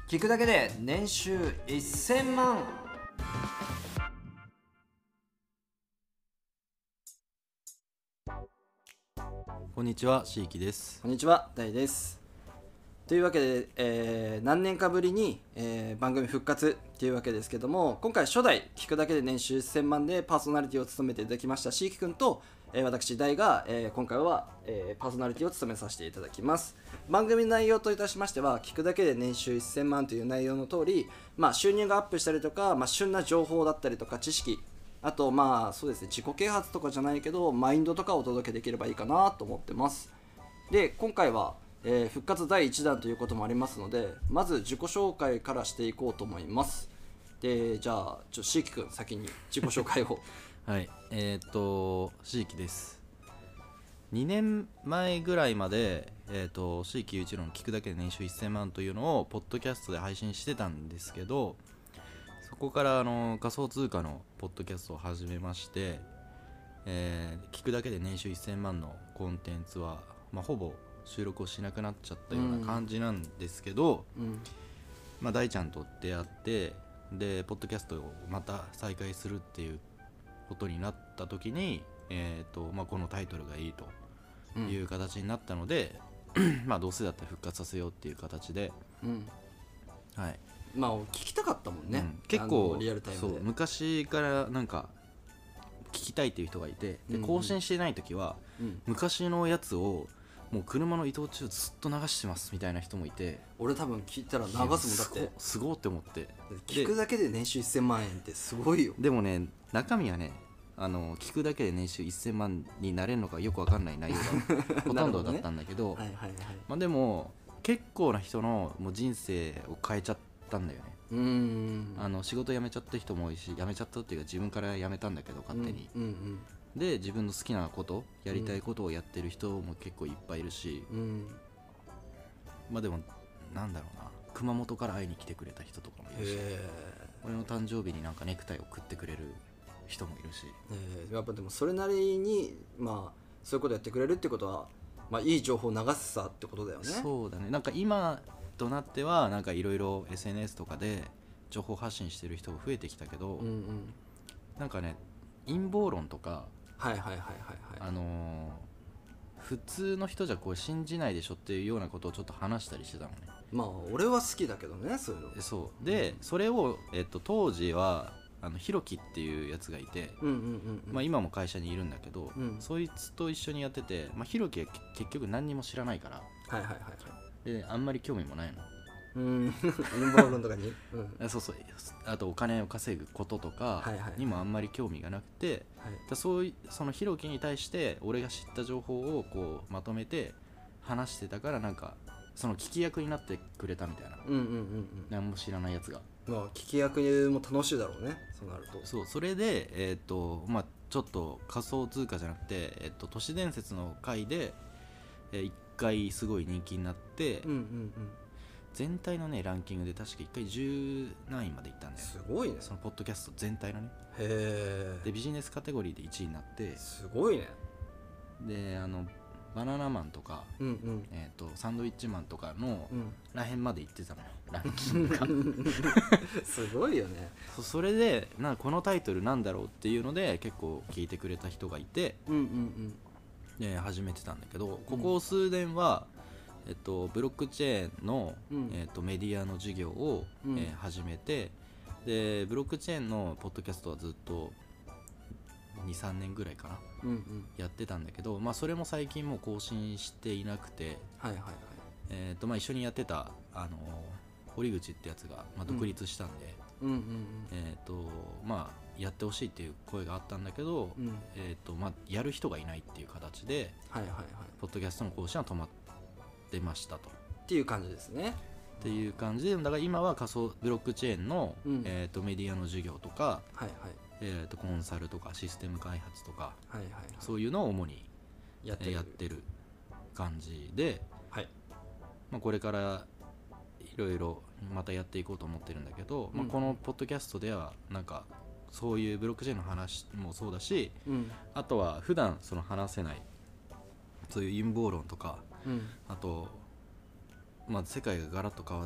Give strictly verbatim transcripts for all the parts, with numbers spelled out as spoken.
聞くだけで年収せんまん。 こんにちは、しいきです。 こんにちは、大です。というわけで、えー何年かぶりに、えー番組復活というわけですけども、今回初代聞くだけで年収せんまんでパーソナリティを務めていただきましたしいきくんと、えー私大が、えー今回は、えーパーソナリティを務めさせていただきます。番組内容といたしましては、聞くだけで年収せんまんという内容の通り、まあ、収入がアップしたりとか、まあ、旬な情報だったりとか知識、あとまあそうですね、自己啓発とかじゃないけどマインドとかをお届けできればいいかなと思ってます。で今回は、えー復活だいいちだんということもありますので、まず自己紹介からしていこうと思います。でじゃあちょしいきくん先に自己紹介をはい、えー、っと、しいきです。にねんまえぐらいまで、えー、っと、しいきゆういちろうの聞くだけで年収せんまんというのをポッドキャストで配信してたんですけど、そこからあの仮想通貨のポッドキャストを始めまして、えー聞くだけで年収せんまんのコンテンツは、まあ、ほぼ収録をしなくなっちゃったような感じなんですけど、 うんまあ、大ちゃんと出会ってでポッドキャストをまた再開するっていうことになった時に、えーとまあ、このタイトルがいいという形になったので、まあどうせだったら復活させようっていう形で、 うんはい、 まあ聞きたかったもんね、 うん結あ構のリアルタイムで。 そう昔からなんか聞きたいっていう人がいて、でうんうん更新してない時はうん昔のやつをもう車の移動中ずっと流してますみたいな人もいて、 俺多分聞いたら流すもんだって。 すごすごって思って。 聞くだけで年収せんまん円ってすごいよ。 でもね、中身はね、あの聞くだけで年収せんまんになれるのかよくわかんない内容がほとんどだったんだけど、 はいはいはい。 まあ、でも結構な人のもう人生を変えちゃったんだよね。 うーんあの仕事辞めちゃった人も多いし、辞めちゃったっていうか自分から辞めたんだけど勝手に、 うんうんで自分の好きなことやりたいことをやってる人も結構いっぱいいるし、 うんうんまあでもなんだろうな、熊本から会いに来てくれた人とかもいるし、 へ俺の誕生日になんかネクタイを送ってくれる人もいるし、 えーやっぱでもそれなりにまあそういうことやってくれるってことは、まあ、いい情報を流すさってことだよね。 そうだね。なんか今となってはなんかいろいろ エスエヌエス とかで情報発信してる人が増えてきたけど、 うんうん、 なんかね、陰謀論とか、 はいはいはいはいはい。 あのー普通の人じゃこう信じないでしょっていうようなことをちょっと話したりしてたのね。 まあ俺は好きだけどねそういうの。 でそうで、それを、えっと、当時はあのひろきっていうやつがいて、 うんうんうんうん。 まあ、今も会社にいるんだけど、 うんそいつと一緒にやってて、まあ、ひろきは結局何にも知らないから、 はいはいはいはい。 であんまり興味もないの。 うん陰謀論とかに、うん、 あそうそう、あとお金を稼ぐこととかはいはいにもあんまり興味がなくて、 はいだそういそのひろきに対して俺が知った情報をこうまとめて話してたから、なんかその聞き役になってくれたみたいな、 うんうんうんうん。 何も知らないやつが。 まあ聞き役も楽しいだろうねそうなると。 そう、それでえーっとまあちょっと仮想通貨じゃなくて、えっと都市伝説の回で、えー一回すごい人気になって、 うんうんうん全体のねランキングで確か一回じゅう何位までいったんだよ。 すごいね。 そのポッドキャスト全体のね。 へでビジネスカテゴリーでいちいになって、 えすごいね。 であのバナナマンとか、 うんうんえー、とサンドウィッチマンとかのうんらへんまで行ってたのよ、ランキングがすごいよね。 そそれでなこのタイトルなんだろうっていうので結構聞いてくれた人がいて、 うんうんで始めてたんだけど、ここ数年は、えっと、ブロックチェーンの、 うんえっと、メディアの授業を、 うんえー始めて、でブロックチェーンのポッドキャストはずっとにさんねんぐらいかなうんうんやってたんだけど、まあ、それも最近もう更新していなくて、 はいはいはい。 えーとまあ、一緒にやってた、あの堀口ってやつが、まあ、独立したんで、 うんうんえーとまあ、やってほしいっていう声があったんだけど、 うんうんえーとまあ、やる人がいないっていう形ではいはいはいポッドキャストの更新は止まってましたと。 っていう感じですね。 っていう感じで、だから今は仮想ブロックチェーンの、 うんえーとメディアの授業とか、 はいはいえーとコンサルとかシステム開発とかはいはいそういうのを主にやってるやってる感じで、 はいまあ、これからいろいろまたやっていこうと思ってるんだけど、 うんまあ、このポッドキャストではなんかそういうブロックチェーンの話もそうだし、 うんあとは普段その話せないそういう陰謀論とか、 うんあと、まあ、世界がガラッと変わっちゃっ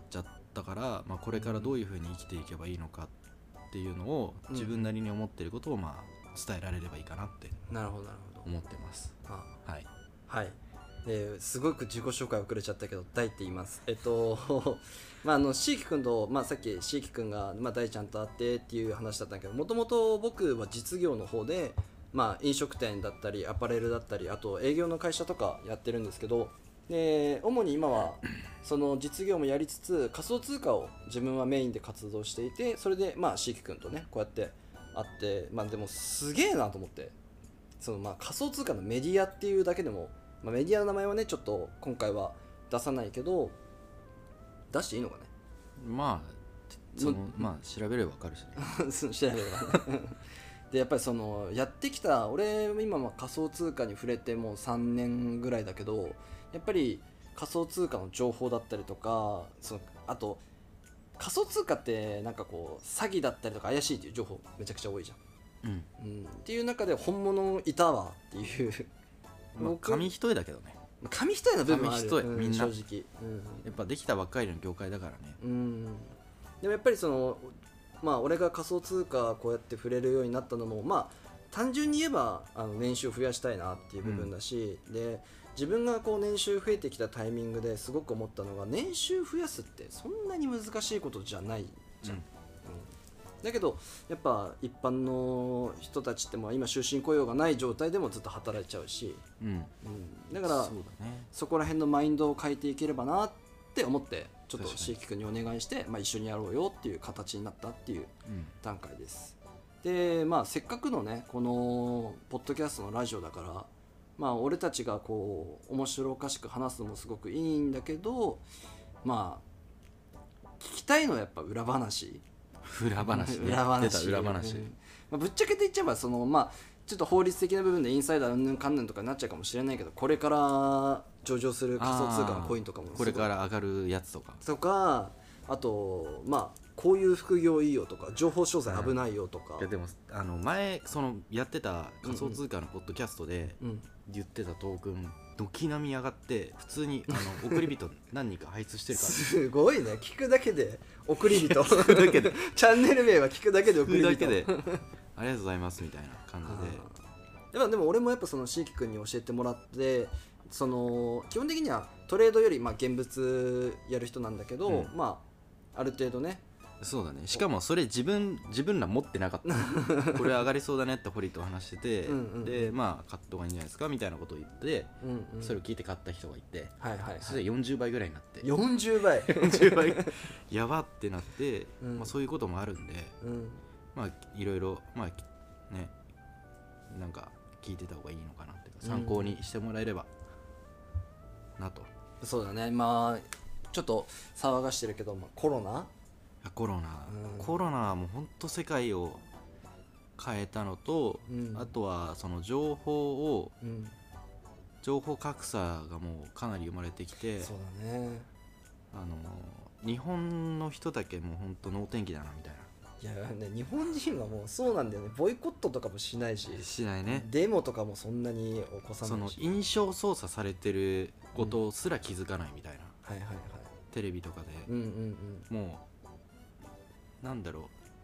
ったから、まあ、これからどういうふうに生きていけばいいのかっていうのを自分なりに思っていることをまあ伝えられればいいかなってなるほどなるほど思ってます。 あはい、 はいですごく自己紹介遅れちゃったけど大って言います。えっとまああのしーきくんと、まあ、さっきしーきくんが、まあ、大ちゃんと会ってっていう話だったんだけど、もともと僕は実業の方で、まあ、飲食店だったりアパレルだったりあと営業の会社とかやってるんですけど、で主に今はその実業もやりつつ仮想通貨を自分はメインで活動していて、それでまあしーきくんとねこうやって会って、まあでもすげえなと思って、そのまあ仮想通貨のメディアっていうだけでも、まあ、メディアの名前はねちょっと今回は出さないけど出していいのかね。 まあそのまあ調べればわかるしね調べればねでやっぱりそのやってきた俺今は仮想通貨に触れてもうさんねんぐらいだけど、やっぱり仮想通貨の情報だったりとか、そのあと仮想通貨ってなんかこう詐欺だったりとか怪しいっていう情報めちゃくちゃ多いじゃん、 うんうん、っていう中で本物いたわっていうまあ、紙一重だけどね。 紙一重の部分はある、 紙一重、 うん、 みんな正直、うんやっぱできたばっかりの業界だからね。 うんでもやっぱりそのまあ俺が仮想通貨こうやって触れるようになったのも、まあ単純に言えばあの年収を増やしたいなっていう部分だし、うん、で自分がこう年収増えてきたタイミングですごく思ったのが、年収増やすってそんなに難しいことじゃないじゃん、うんうん、だけどやっぱ一般の人たちっても今終身雇用がない状態でもずっと働いちゃうし、 うんうん、だからそうだね、 そこら辺のマインドを変えていければなって思ってちょっとしーきくんにお願いして、まあ、一緒にやろうよっていう形になったっていううん段階です。でまあせっかくのねこのポッドキャストのラジオだから、まあ俺たちがこう面白おかしく話すのもすごくいいんだけど、まあ聞きたいのはやっぱ裏話裏話ね裏話出た裏話、 うんまあ、ぶっちゃけて言っちゃえばそのまあちょっと法律的な部分でインサイダーうんぬんかんぬんとかになっちゃうかもしれないけど、これから上場する仮想通貨のコインとかもこれから上がるやつとかとか、あとまあこういう副業いいよとか情報詳細危ないよとか、 いやでもあの前そのやってた仮想通貨のポッドキャストでうん言ってたトークン軒並み上がって普通にあの送り人何人か輩出してるからすごいね、聞くだけで送り人聞くだけでチャンネル名は聞くだけで送り人聞くだけでありがとうございますみたいな感じででもでも俺もやっぱそのしーきくんに教えてもらって、その基本的にはトレードよりまあ現物やる人なんだけど、 うんまあある程度ね、 そうだね、しかもそれ自分自分ら持ってなかったこれ上がりそうだねって堀と話しててうんうんうんでまあ買った方がいいんじゃないですかみたいなことを言って、 うんうん、 それを聞いて買った人がいて、 はいはいはいそれでよんじゅうばいぐらいになってよんじゅうばい、 よんじゅうばいやばってなって、 うんまあ、そういうこともあるんでうんまあいろいろまあねなんか聞いてた方がいいのかなっていうか参考にしてもらえればなと、 そうだね、まあちょっと騒がしてるけど、まあ、コロナコロナ、 うんコロナはもう本当世界を変えたのと、 うんあとはその情報をうん情報格差がもうかなり生まれてきて、 そうだね、 あの日本の人だけもう本当能天気だなみたいいやね、日本人はもうそうなんだよね、ボイコットとかもしないしなしないね。 デモとかもそんなに起こさそのないし、 印象操作されてることすら気づかないみたいな、 はいはいはい、 テレビとかで、 うんうんうんもうなんだろう、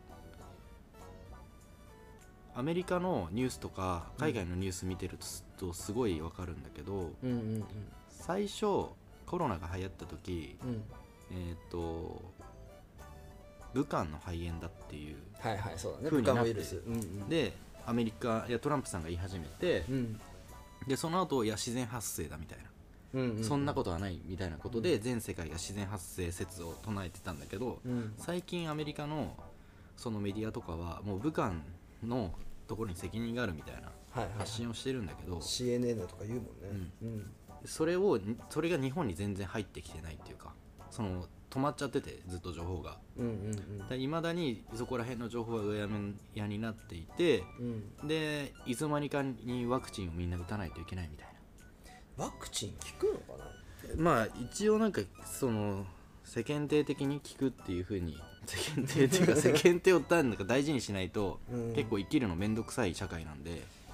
アメリカのニュースとか海外のニュース見てるとすごいわかるんだけど、 うんうんうん最初コロナが流行った時、 うんえっ、と武漢の肺炎だっていうはいはい、そうだね、 風になって武漢ウイルス、うんうん、 でアメリカいやトランプさんが言い始めて、 うんでその後いや自然発生だみたいな、 うんうんうん、 そんなことはないみたいなことで全世界が自然発生説を唱えてたんだけど、 うん最近アメリカのそのメディアとかはもう武漢のところに責任があるみたいなはいはいはい、 発信をしてるんだけど、 シーエヌエヌ とか言うもんね、うんそれをそれが日本に全然入ってきてないっていうか、その止まっちゃっててずっと情報がうんうんいまだにそこら辺の情報がうやむやになっていて、 うんうん、 でいつの間にかにワクチンをみんな打たないといけないみたいワクチン効くのかな、 な、まあ一応なんかその世間体的に効くっていう風に世間体っていうか世間体をなんか大事にしないと、 うん結構生きるのめんどくさい社会なんで、 い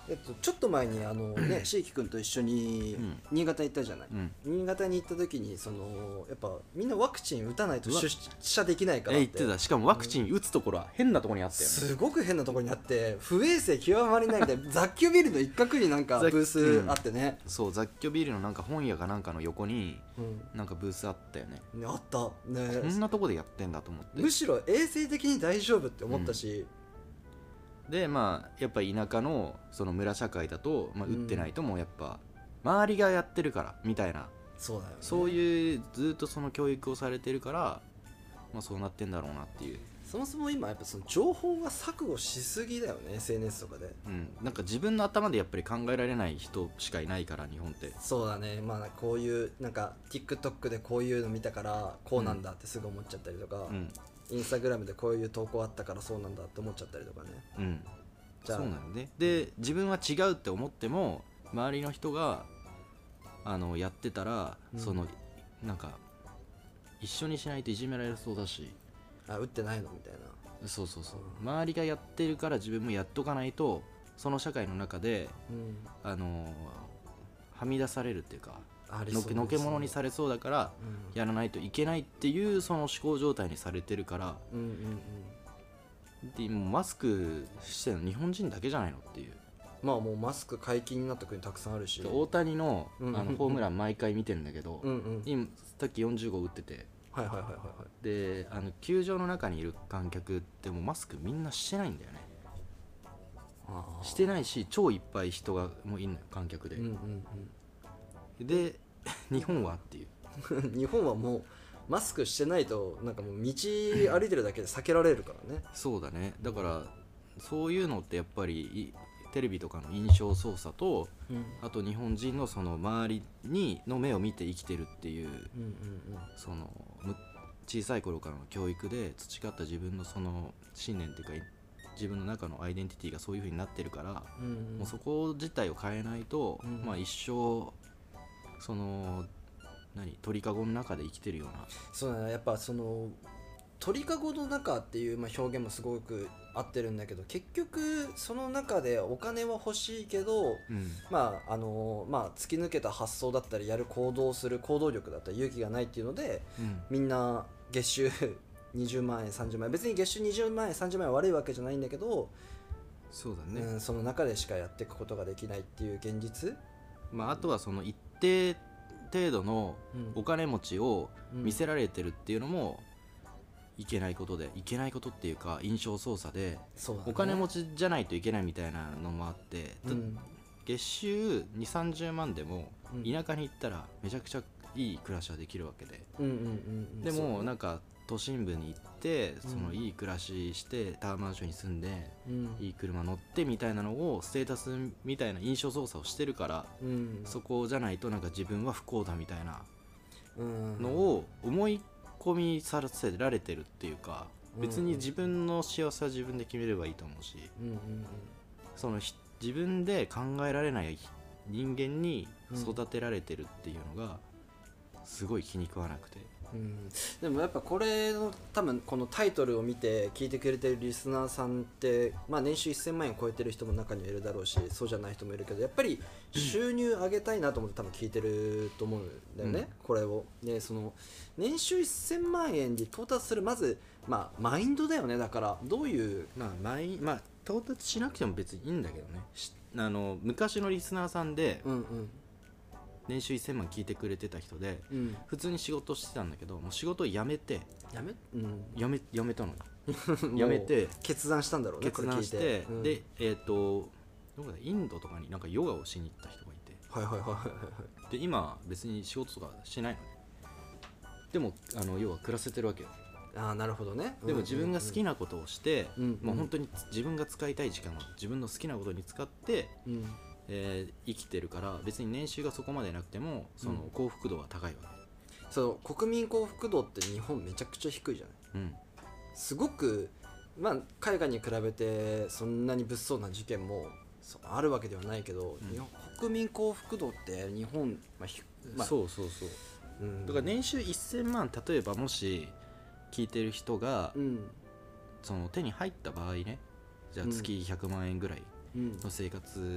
えっと、ちょっと前にあのね椎木君と一緒にうん新潟行ったじゃない、 うん新潟に行った時にそのやっぱみんなワクチン打たないと出社できないからえって言ってた。しかもワクチン打つところは変なところにあったよね。 すごく変なところにあって不衛生極まりないみたいな雑居ビルの一角になんかブースあってね、 そう雑居ビルのなんか本屋かなんかの横にうんなんかブースあったよね。 ねあったね。 こんなとこでやってんだと思って。 むしろ衛生的に大丈夫って思ったし、 でまあやっぱ田舎のその村社会だと、まあ、 うん打ってないともうやっぱ周りがやってるからみたいな、 そうだよね。 そういうずっとその教育をされてるから、まあ、そうなってんだろうなっていう、 そもそも今やっぱその情報が錯誤しすぎだよね エスエヌエス とかで。 うん、なんか自分の頭でやっぱり考えられない人しかいないから日本って。 そうだね、まあこういうなんか TikTok でこういうの見たからこうなんだってすぐ思っちゃったりとか、 うんインスタグラムでこういう投稿あったからそうなんだって思っちゃったりとかね。 うんじゃあそうなんで、で自分は違うって思っても周りの人があのやってたら、 うんそのなんか一緒にしないといじめられそうだし、 あ打ってないのみたいな。 そうそうそう、周りがやってるから自分もやっとかないとその社会の中でうんあのはみ出されるっていうかのありそうけのけ者にされそうだからうんやらないといけないっていうその思考状態にされてるから、 うんうんうんでもうマスクしてるの日本人だけじゃないのっていう。 まあもうマスク解禁になった国たくさんあるし。 大谷のうんあのホームラン毎回見てるんだけど、 うんうん今さっきよんじゅうご打ってて、 はいはいはいはいはいであの球場の中にいる観客ってもうマスクみんなしてないんだよね。 あーしてないし超いっぱい人がもういんのよ観客で、 うんうんで日本はっていううん日本はもうマスクしてないとなんかもう道歩いてるだけで避けられるからね。 そうだね。だからそういうのってやっぱりいテレビとかの印象操作と、 うんあと日本人のその周りにの目を見て生きてるっていう、 うんうんそのむ小さい頃からの教育で培った自分のその信念っていうか自分の中のアイデンティティがそういう風になってるから、 うんうんもうそこ自体を変えないと、 うんまあ一生その何鳥かごの中で生きてるような。 そうだね、やっぱその鳥かごの中っていう、まあ、表現もすごく合ってるんだけど結局その中でお金は欲しいけど、 うんまああのまあ、突き抜けた発想だったりやる行動する行動力だったり勇気がないっていうのでうんみんな月収にじゅうまんえんさんじゅうまんえん別に月収にじゅうまんえんさんじゅうまんえんは悪いわけじゃないんだけど、 そうだね、 うん、その中でしかやっていくことができないっていう現実、 まあ、あとはその一定程度のうんお金持ちをうん見せられてるっていうのもいけないことで、いけないことっていうか印象操作でそうだねお金持ちじゃないといけないみたいなのもあって、 うん月収にじゅうさんじゅうまんでもうん田舎に行ったらめちゃくちゃいい暮らしはできるわけで、 うんうんうんうんでもそうなんか都心部に行ってうんそのいい暮らししてタワーマンションに住んでうんいい車乗ってみたいなのをステータスみたいな印象操作をしてるから、 うんそこじゃないとなんか自分は不幸だみたいなうんのを思い込みさせられてるっていうか、別に自分の幸せは自分で決めればいいと思うし、 うんうんそのひ自分で考えられない人間に育てられてるっていうのがすごい気に食わなくて、 うんうんでもやっぱこれの多分このタイトルを見て聞いてくれてるリスナーさんって、まあ、年収せんまん円超えてる人も中にはいるだろうしそうじゃない人もいるけどやっぱり収入上げたいなと思って多分聞いてると思うんだよね、 うんこれをでその年収せんまん円に到達するまず、まあ、マインドだよね。だからどういうまあ毎まあ到達しなくても別にいいんだけどね。しあの昔のリスナーさんでうんうん年収せんまん聞いてくれてた人でうん普通に仕事してたんだけどもう仕事を辞めてやめ、うん、 辞め辞めたのにもうやめて決断したんだろうね決断してこれ聞いて、うんでえっ、とどこだインドとかになんかヨガをしに行った人がいて、 はいはいはいはいはいで今別に仕事とかしないのね。でもあの要は暮らせてるわけよ。 ああなるほどね。 でも自分が好きななことをして、 うんもう本当に自分が使いたい時間を自分の好きなことに使って、 うんえー生きてるから別に年収がそこまでなくてもその幸福度は高いわそう国民幸福度って日本めちゃくちゃ低いじゃない。 け。うんすごくまあ海外に比べてそんなに物騒な事件もそうあるわけではないけど、 うん日本国民幸福度って日本、まあひまあそうそうそう。 うん、 だから年収せんまん例えばもし聞いてる人が、 うんその手に入った場合ね、じゃあうん月ひゃくまん円ぐらいうんの生活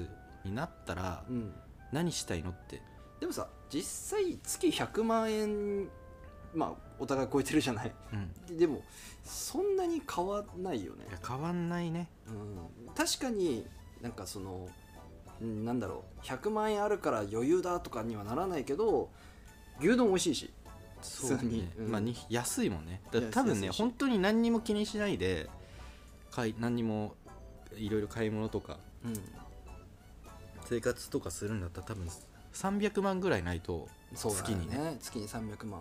になったらうん、 何したいのって。 でもさ実際月ひゃくまんえんまあお互い超えてるじゃない、 うん、 で, でもそんなに変わんないよね。 いや変わんないね、 うん、確かになんかそのうんなんだろうひゃくまんえんあるから余裕だとかにはならないけど牛丼美味しいしそう普通にね、 うんまあに安いもんね。だから多分ね安いし本当に何にも気にしないで買い何にもいろいろ買い物とかうん生活とかするんだったら多分さんびゃくまんぐらいないとそうだよ月にね月にさんびゃくまん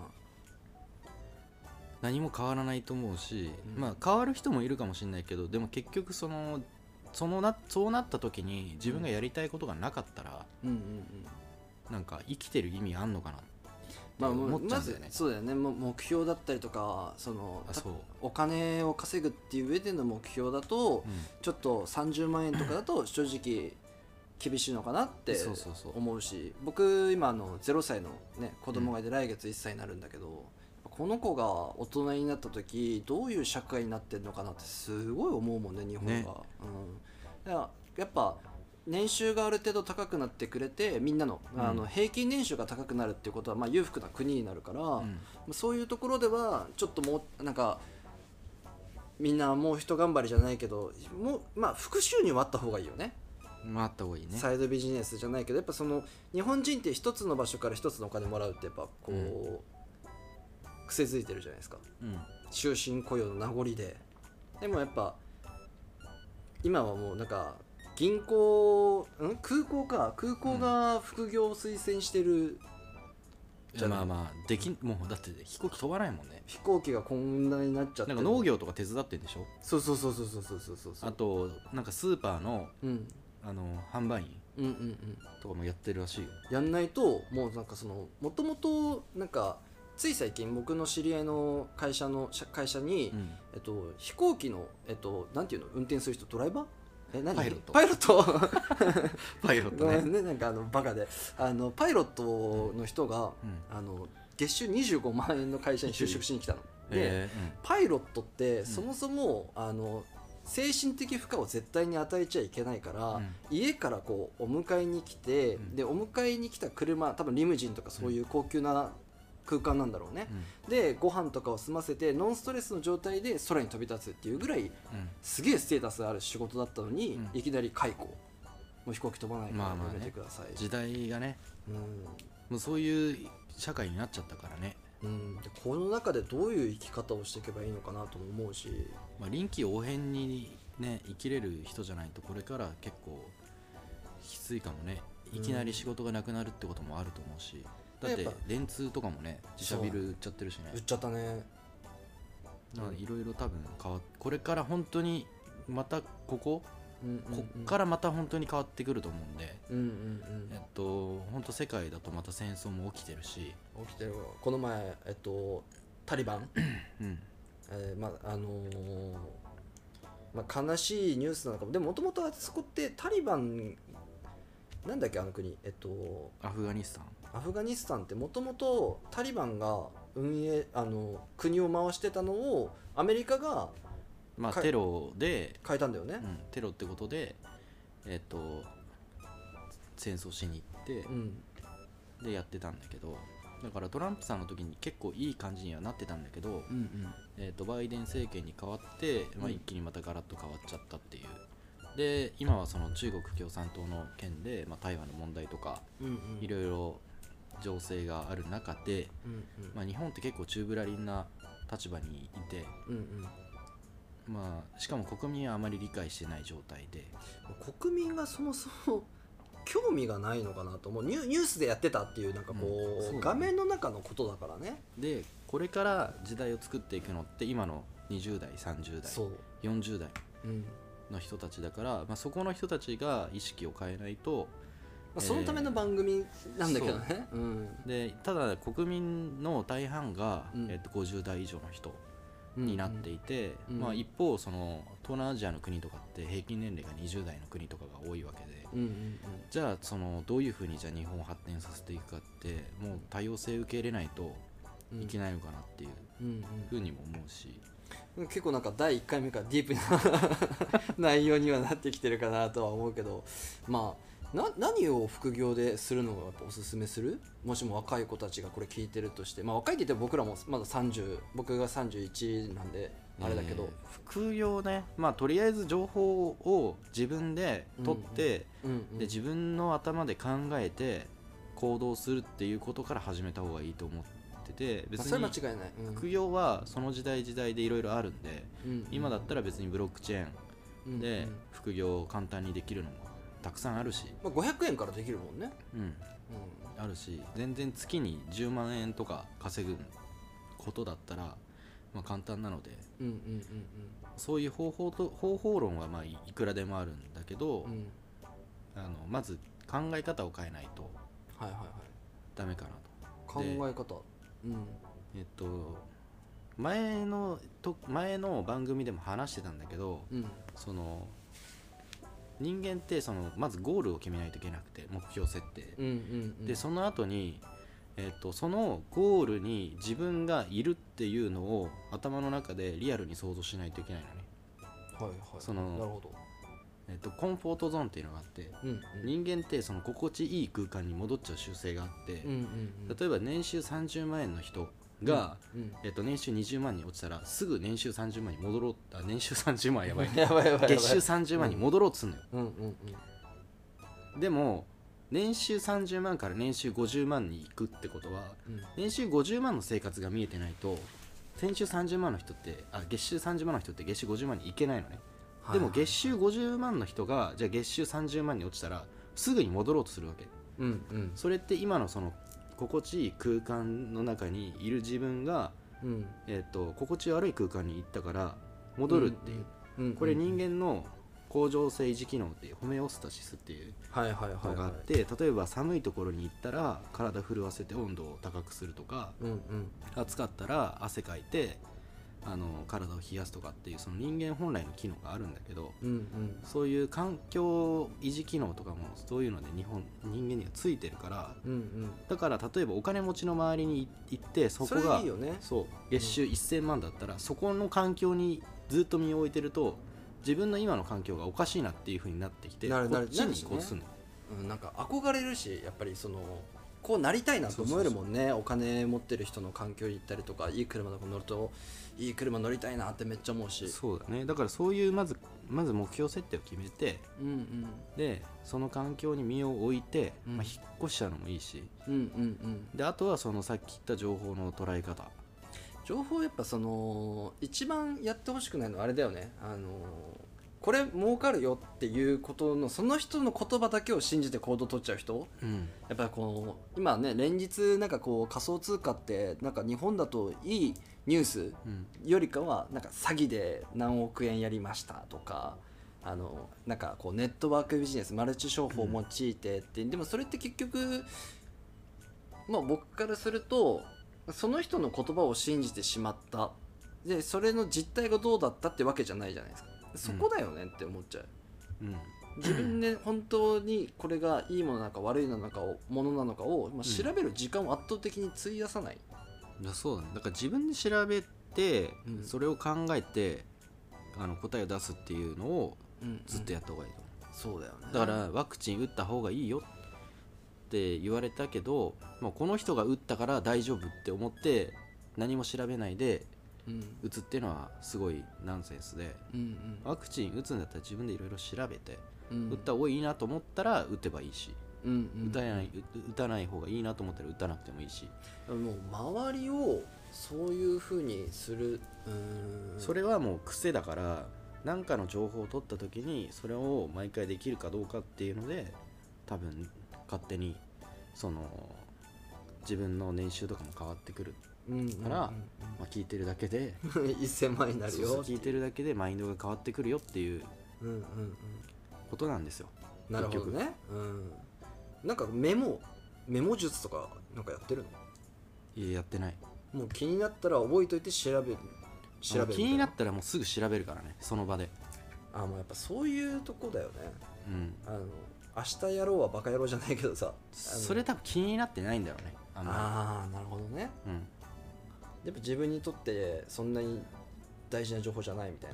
何も変わらないと思うし、 うんまあ変わる人もいるかもしれないけど、でも結局そのそのなそうなった時に自分がやりたいことがなかったら、 うんうんうんなんか生きてる意味あんのかなってまあ、 思っちゃまずうんだよね。 そうだよねも目標だったりとかそのあそう、 お金を稼ぐっていう上での目標だと、 うん、 ちょっとさんじゅうまんえんとかだと正直厳しいのかなってそうそうそう思うし、僕今あのゼロさいの、ね、子供がいて来月いっさいになるんだけど、この子が大人になった時どういう社会になってるのかなってすごい思うもんね日本が、 ねうん、だからやっぱ年収がある程度高くなってくれてみんなの、 うんあの平均年収が高くなるっていうことは、まあ、裕福な国になるから、 うんそういうところではちょっともうなんかみんなもう一頑張りじゃないけどもう、まあ、副収入はあった方がいいよね。 まああった方がいいね。 サイドビジネスじゃないけどやっぱその日本人って一つの場所から一つのお金もらうってやっぱこう、 うん癖づいてるじゃないですか。 うん終身雇用の名残で。でもやっぱ今はもうなんか銀行ん空港か空港が副業を推薦してる、 いやまあまあできんもうだって飛行機飛ばないもんね。 飛行機がこんなになっちゃってなんか農業とか手伝ってんでしょ。 そうそうそうそうそうそうそうそうあとなんかスーパーのうんあの販売員うんうんうんとかもやってるらしいよ。 やんないともうなんかそのもともとなんかつい最近僕の知り合いの会社の社会社に、 うんえっと、飛行機の、えっと、なんていうの運転する人ドライバーえ何パイロットパイロットパイロットごめね。 んねなんかあのバカであのパイロットの人が、 うんあの月収にじゅうごまん円の会社に就職しに来たの。で、 えパイロットってそもそも、あの精神的負荷を絶対に与えちゃいけないから、 うん家からこうお迎えに来て、 うんでお迎えに来た車多分リムジンとかそういう高級な空間なんだろうね、 うんでご飯とかを済ませてノンストレスの状態で空に飛び立つっていうぐらいうんすげえステータスある仕事だったのに、 うんいきなり解雇もう飛行機飛ばないからまあまあねやめてください、 時代がねうんもうそういう社会になっちゃったからね。 うん、でこの中でどういう生き方をしていけばいいのかなとも思うし、 まあ、臨機応変にね生きれる人じゃないとこれから結構きついかもね。いきなり仕事がなくなるってこともあると思うし、だってやっぱ電通とかもね自社ビル売っちゃってるしね。 売っちゃったね。 だからいろいろ多分変わっこれから本当にまたここうんうんうんこっからまた本当に変わってくると思うんで、 うんうんうんえっと本当世界だとまた戦争も起きてるし、 起きてるわこの前えっとタリバン、 うんえーまああのーまあ、悲しいニュースなのかも。でももともとあそこってタリバンなんだっけあの国えっとアフガニスタンアフガニスタンってもともとタリバンが運営あの国を回してたのをアメリカがかまあテロで、 変えたんだよねうん、テロってことでえっと戦争しに行ってう、んでやってたんだけど、だからトランプさんの時に結構いい感じにはなってたんだけど、 うんうんえー、とバイデン政権に変わって、まあ、 うん一気にまたガラッと変わっちゃったっていう。で今はその中国共産党の件で、まあ、台湾の問題とかうんうんいろいろ情勢がある中で、 うんうんまあ、日本って結構宙ぶらりんな立場にいて、 うんうんまあ、しかも国民はあまり理解してない状態で、 国民がそもそも興味がないのかなと思う。ニュニュースでやってたっていうなんかこう、 うんそうだね画面の中のことだからね。 でこれから時代を作っていくのって今のにじゅう代さんじゅう代そう、 よんじゅう代うんの人たちだから、まあ、そこの人たちが意識を変えないと。 まあ、そのための番組なんだけどね、うんでただ国民の大半が、 うんえっと、ごじゅう代以上の人になっていて、 うんまあ、一方その東南アジアの国とかって平均年齢がにじゅう代の国とかが多いわけで、 うんうんじゃあそのどういうふうにじゃあ日本を発展させていくかってもう多様性受け入れないとうんいけないのかなっていううんふうにも思うし、 うん、結構なんかだいいっかいめからディープな内容にはなってきてるかなとは思うけど、まあな何を副業でするのがやっぱおすすめする？もしも若い子たちがこれ聞いてるとして、まあ若いって言っても僕らもまださんじゅう、僕がさんじゅういちなんであれだけど、 えー副業ね、まあとりあえず情報を自分で取って、 うんうんうん、 で自分の頭で考えて行動するっていうことから始めた方がいいと思ってて、別まあ、それには間違いない、うん、 副業はその時代時代でいろいろあるんで、 うんうん、 今だったら別にブロックチェーンでうんうん、 副業を簡単にできるのもたくさんあるし、 まあ、ごひゃくえんからできるもんね、 うん、 うあるし、全然月にじゅうまんえんとか稼ぐことだったら、まあ、簡単なので、 ん、うんうんうんそういう方法と方法論はまあいくらでもあるんだけど、 うんうん、 あのまず考え方を変えないとはいはいはい、 ダメかなと。 考え方、うんえっと前のと前の番組でも話してたんだけど、 うんその人間ってそのまずゴールを決めないといけなくて、目標設定、 うんうんうん、 でその後に、えっとそのゴールに自分がいるっていうのを頭の中でリアルに想像しないといけないのね。 はいはい、 そのなるほど、 えっとコンフォートゾーンっていうのがあって、 うんうん、 人間ってその心地いい空間に戻っちゃう習性があって、 うんうんうん、 例えば年収さんじゅうまんえんの人が、 うんうん、 えっと年収にじゅうまんに落ちたらすぐ年収さんじゅうまんに戻ろう、あ年収さんじゅうまんやばいやばいやばいやばい、 月収さんじゅうまんに戻ろうとするのよ、 うんうんうん、 でも年収さんじゅうまんから年収ごじゅうまんに行くってことは、 うん年収ごじゅうまんの生活が見えてないと年収さんじゅうまんの人ってあ月収さんじゅうまんの人って月収ごじゅうまんに行けないのね、 はい、 でも月収ごじゅうまんの人がじゃあ月収さんじゅうまんに落ちたらすぐに戻ろうとするわけ。 うんうんそれって今のその心地いい空間の中にいる自分が、 うんえー、と心地悪い空間に行ったから戻るっていう、 うんうん、 これ人間の恒常性維持機能っていうホメオスタシスっていうはいはいはいのがあっはい、 て、例えば寒いところに行ったら体震わせて温度を高くするとか、 うんうん暑かったら汗かいてあの体を冷やすとかっていうその人間本来の機能があるんだけど、 うんうんそういう環境維持機能とかもそういうので日本人間にはついてるから、 うんうんだから例えばお金持ちの周りに行ってそこそれがいいよね、 そう月収せんまんだったら、そこの環境にずっと身を置いてると自分の今の環境がおかしいなっていう風になってきて、 なるなるこっちに行こうとするの、 うん、なんか憧れるし、やっぱりそのこうなりたいなと思えるもんね。お金持ってる人の環境に行ったりとか、いい車とか乗るといい車乗りたいなってめっちゃ思うし、 そうだね。だからそういうまずまず目標設定を決めて、 うんうんでその環境に身を置いて、 うんまあ、引っ越しちゃうのもいいし、 うんうんうんであとはそのさっき言った情報の捉え方。 情報やっぱその一番やってほしくないのはあれだよね、あのこれ儲かるよっていうことのその人の言葉だけを信じて行動取っちゃう人、 うんやっぱりこう今ね連日なんかこう仮想通貨ってなんか日本だといいニュースうんよりかはなんか詐欺で何億円やりましたとか、あのなんかこうネットワークビジネスマルチ商法を用いてって、でもそれって結局まあ僕からするとその人の言葉を信じてしまったで、それの実態がどうだったってわけじゃないじゃないですか。そこだよねって思っちゃう、 うん自分で本当にこれがいいものなのか悪いものなのかをものなのかを、まあ、調べる時間を圧倒的に費やさない、 いやそうだね。だから自分で調べて、 うんそれを考えてあの答えを出すっていうのをうんずっとやった方がいいと思う、 そうだよね。 だからワクチン打った方がいいよって言われたけど、もうこの人が打ったから大丈夫って思って何も調べないでうん打つっていうのはすごいナンセンスで、 うんワクチン打つんだったら自分でいろいろ調べて、 うん打った方がいいなと思ったら打てばいいし、 うんうん打たない打たない方がいいなと思ったら打たなくてもいいし、 もう周りをそういう風にする、うーんそれはもう癖だから、何かの情報を取った時にそれを毎回できるかどうかっていうので多分勝手にその自分の年収とかも変わってくるうんうんうんから、まあ、聞いてるだけでせんまんになるそうそうよ。 聞いてるだけでマインドが変わってくるよっていううんうんうんことなんですよ。 なるほどね。うんなんかメモメモ術とかなんかやってるの？ いややってない。 もう気になったら覚えといて調べる調べるみたい気になったらもうすぐ調べるからね、その場で。 あもうやっぱそういうとこだよね。 うんあの明日やろうはバカ野郎じゃないけどさ、あのそれ多分気になってないんだろうね、あんまああなるほどね。 り。うんやっぱ自分にとってそんなに大事な情報じゃないみたいな。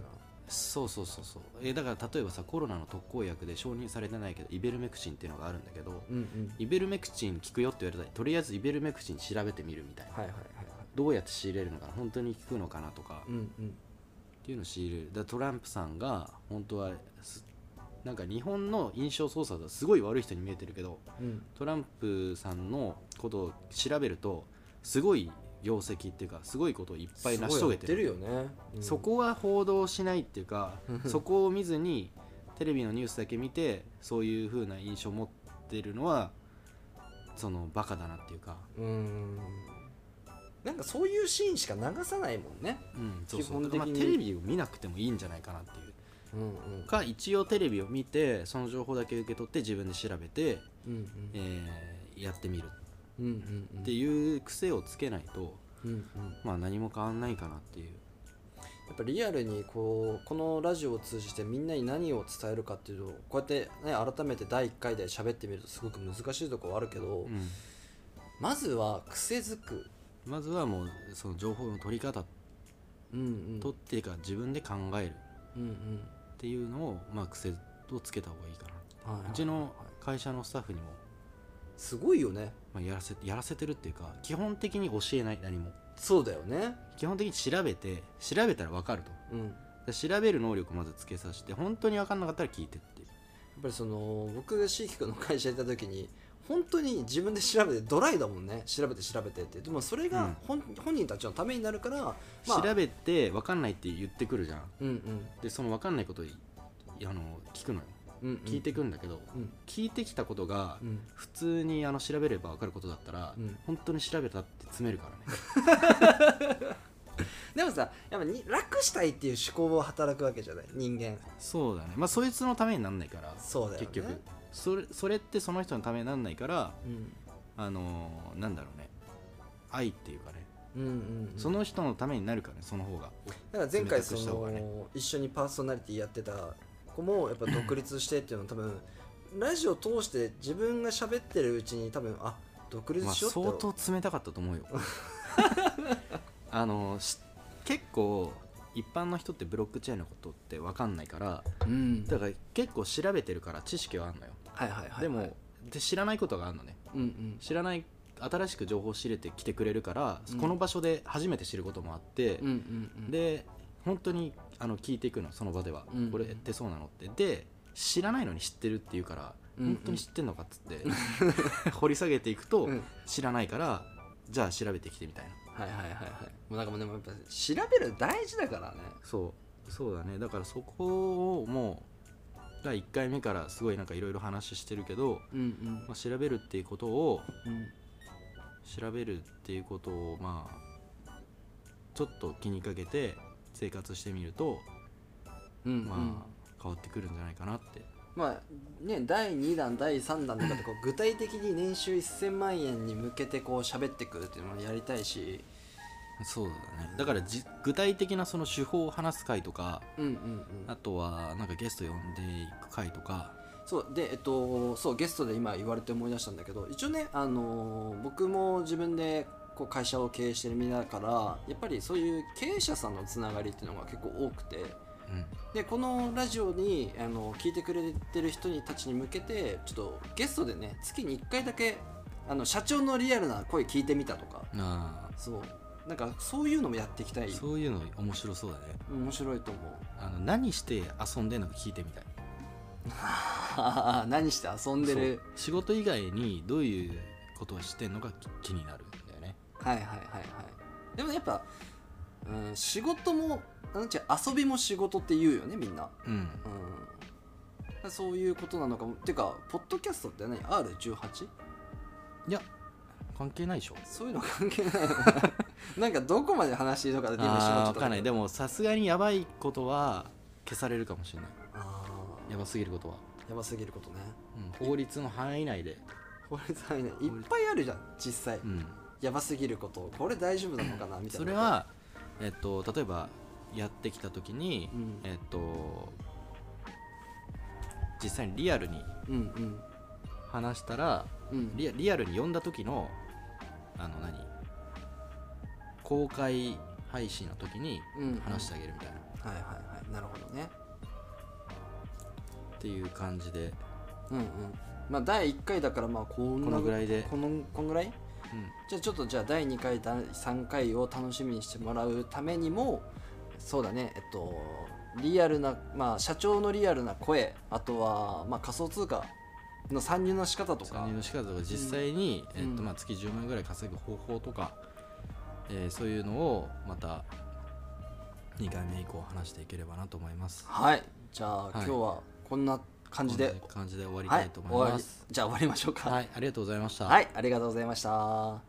そうそうそうそう、えだから例えばさ、コロナの特効薬で承認されてないけどイベルメクチンっていうのがあるんだけど、 うんうんイベルメクチン効くよって言われたらとりあえずイベルメクチン調べてみるみたいな、 はいはいはいはいどうやって仕入れるのかな、本当に効くのかなとか、 うんうんっていうのを仕入れる。だからトランプさんが本当はすなんか日本の印象操作だとすごい悪い人に見えてるけど、 うんトランプさんのことを調べるとすごい業績っていうかすごいことをいっぱい成し遂げてる。 すごいやってるよね、うんそこは報道しないっていうかそこを見ずにテレビのニュースだけ見てそういう風な印象を持ってるのはそのバカだなっていうか、 うーんなんかそういうシーンしか流さないもんね。 うんそうそう、 基本的にまあ、テレビを見なくてもいいんじゃないかなっていううんうんか、一応テレビを見てその情報だけ受け取って自分で調べて、 うんうんえーやってみるうんうんうんっていう癖をつけないと、 うんうんまあ何も変わんないかなっていう。 やっぱリアルにこうこのラジオを通じてみんなに何を伝えるかっていうのをこうやってね改めてだいいっかいで喋ってみるとすごく難しいところはあるけど、 うんまずは癖づく、 まずはもうその情報の取り方うんうんとっていうか自分で考えるうんうんっていうのをまあ癖をつけた方がいいかな。 はいはい、 うちの会社のスタッフにも、 すごいよね。 まあ、やらせやらせてるっていうか基本的に教えない。何もそうだよね。 基本的に調べて調べたら分かると。 うんで調べる能力をまずつけさせて本当に分かんなかったら聞いてっていう。 やっぱりその僕がシーキ君の会社にいた時に本当に自分で調べてドライだもんね、調べて調べてってでもそれが本,、本人たちのためになるから、まあ、 調べて分かんないって言ってくるじゃん。 うんうんでその分かんないことをいあの聞くのよ。 うんうん聞いてくんだけど、 うん聞いてきたことがうん普通にあの調べれば分かることだったら、 うん本当に調べたって詰めるからね。 でもさやっぱに楽したいっていう思考を働くわけじゃない人間。 そうだね。まあそいつのためになんないから、 そうだよね結局それそれってその人のためになんないから、 うんあのーなんだろうね、愛っていうかね、 うんうんうんその人のためになるからね、その方が。 だから前回そ冷たくした方がねの一緒にパーソナリティやってた子もやっぱ独立してっていうのは多分ラジオ通して自分が喋ってるうちに多分あ独立まあ、 しようって、 相当冷たかったと思うよ。あのし結構一般の人ってブロックチェーンのことって分かんないから、 うんだから結構調べてるから知識はあんのよ。 はいはいはいはい、 でもで知らないことがあるのね。 うんうん知らない新しく情報を知れてきてくれるから、 うんこの場所で初めて知ることもあって、 うんうんうんで本当にあの聞いていくの、その場では、 うんうんこれってそうなのってで知らないのに知ってるっていうから、 うんうん本当に知ってんのかっつって掘り下げていくと、 うん知らないからじゃあ調べてきてみたいな。 はいはいはいはいもうなんかもうでもやっぱ調べる大事だからね。 そうそうだね。だからそこをもうがいっかいめからすごいなんかいろいろ話してるけど、 うんうんまあ、調べるっていうことをうん調べるっていうことをまあちょっと気にかけて生活してみると、 うんうんまあ変わってくるんじゃないかなって。 まあね、だいにだんだいさんだんとかってこう具体的に年収せんまんえんに向けてこう喋ってくるっていうのもやりたいし、 そうだね。だからじ具体的なその手法を話す回とか、 うんうんうんあとはなんかゲスト呼んでいく回とか。 そうでえっとそうゲストで今言われて思い出したんだけど、一応ねあのー僕も自分でこう会社を経営してる身だからやっぱりそういう経営者さんのつながりっていうのが結構多くて、 うんでこのラジオにあの聞いてくれてる人にたちに向けてちょっとゲストでね月にいっかいだけあの社長のリアルな声聞いてみたとか、 あそうなんかそういうのもやっていきたい。 そういうの面白そうだね。 面白いと思う。 あの何して遊んでんのか聞いてみたい。 何して遊んでる。 そう仕事以外にどういうことをしてんのか気になるんだよね。 はいはいはいはい。でもやっぱ、うん、仕事もなんちゅう遊びも仕事って言うよねみんな。 うんうん、そういうことなのかも。てかポッドキャストって何 アールじゅうはち？ いや関係ないでしょ。 そういうの関係ないなんかどこまで話していいのかって今一瞬ああちょっと分かんない。でもさすがにやばいことは消されるかもしれない。 あーやばすぎることは、 やばすぎることね。 うん、法律の範囲内で、 法律範囲内いっぱいあるじゃん実際、 うん、 やばすぎることこれ大丈夫なのかなみたいな。 それは、えっと、例えばやってきた時に、 うんえっと、実際にリアルにうんうん話したらうんリア、リアルに呼んだ時のあの何公開配信の時にうん話してあげるみたいな、 はいはいはいなるほどね。 っていう感じで、 うんうんまあだいいっかいだからまあこんなこのぐらいでこのこんぐらいうん、 じゃあちょっとじゃあだいにかいだいさんかいを楽しみにしてもらうためにもそうだねえっとリアルなまあ社長のリアルな声あとはまあ仮想通貨の参入の仕方とか参入の仕方とか実際に、 うんえっとまあ、月じゅうまん円ぐらい稼ぐ方法とか、えーそういうのをまたにかいめ以降話していければなと思います。 はいじゃあ、 はい今日はこんな感じでこんな感じで終わりはいたいと終わり思います。 じゃあ終わりましょうかはい、ありがとうございました。 はいありがとうございました。